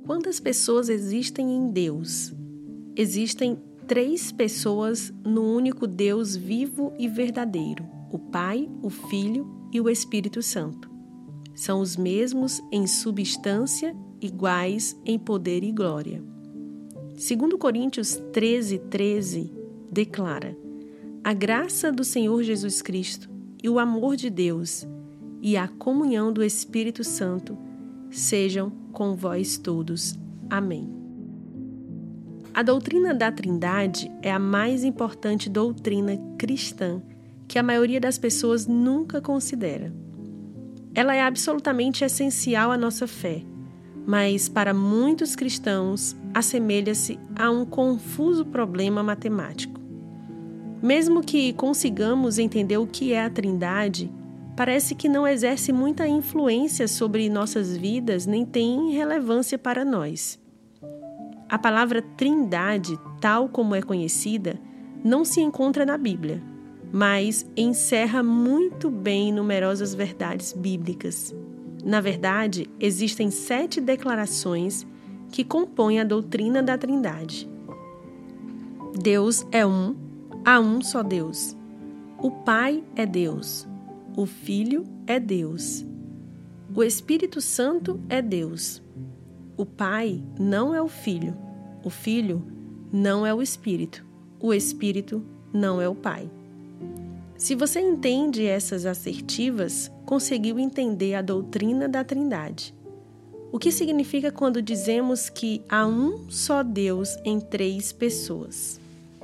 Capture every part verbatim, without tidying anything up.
Quantas pessoas existem em Deus? Existem três pessoas no único Deus vivo e verdadeiro: o Pai, o Filho e o Espírito Santo. São os mesmos em substância, iguais em poder e glória. Segundo Coríntios treze, treze, declara: a graça do Senhor Jesus Cristo e o amor de Deus e a comunhão do Espírito Santo sejam com vós todos. Amém. A doutrina da Trindade é a mais importante doutrina cristã que a maioria das pessoas nunca considera. Ela é absolutamente essencial à nossa fé, mas para muitos cristãos assemelha-se a um confuso problema matemático. Mesmo que consigamos entender o que é a Trindade, parece que não exerce muita influência sobre nossas vidas nem tem relevância para nós. A palavra Trindade, tal como é conhecida, não se encontra na Bíblia, mas encerra muito bem numerosas verdades bíblicas. Na verdade, existem sete declarações que compõem a doutrina da Trindade. Deus é um, há um só Deus. O Pai é Deus. O Filho é Deus. O Espírito Santo é Deus. O Pai não é o Filho. O Filho não é o Espírito. O Espírito não é o Pai. Se você entende essas assertivas, conseguiu entender a doutrina da Trindade. O que significa quando dizemos que há um só Deus em três pessoas?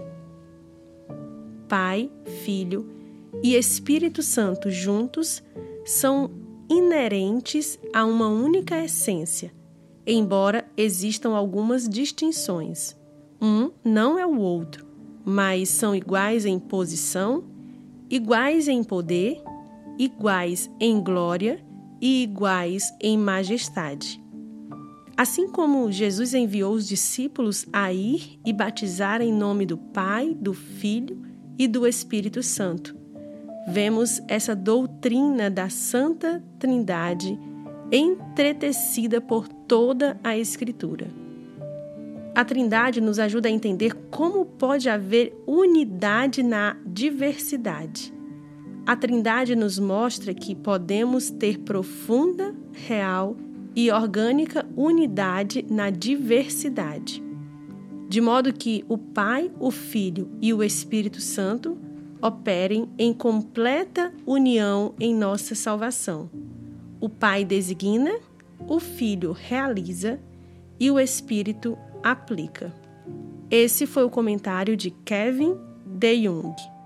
Pai, Filho e Espírito Santo juntos são inerentes a uma única essência, embora existam algumas distinções. Um não é o outro, mas são iguais em posição, iguais em poder, iguais em glória e iguais em majestade. Assim como Jesus enviou os discípulos a ir e batizar em nome do Pai, do Filho e do Espírito Santo, vemos essa doutrina da Santa Trindade entretecida por toda a Escritura. A Trindade nos ajuda a entender como pode haver unidade na diversidade. A Trindade nos mostra que podemos ter profunda, real e orgânica unidade na diversidade, de modo que o Pai, o Filho e o Espírito Santo operem em completa união em nossa salvação. O Pai designa, o Filho realiza e o Espírito aplica. Esse foi o comentário de Kevin DeYoung.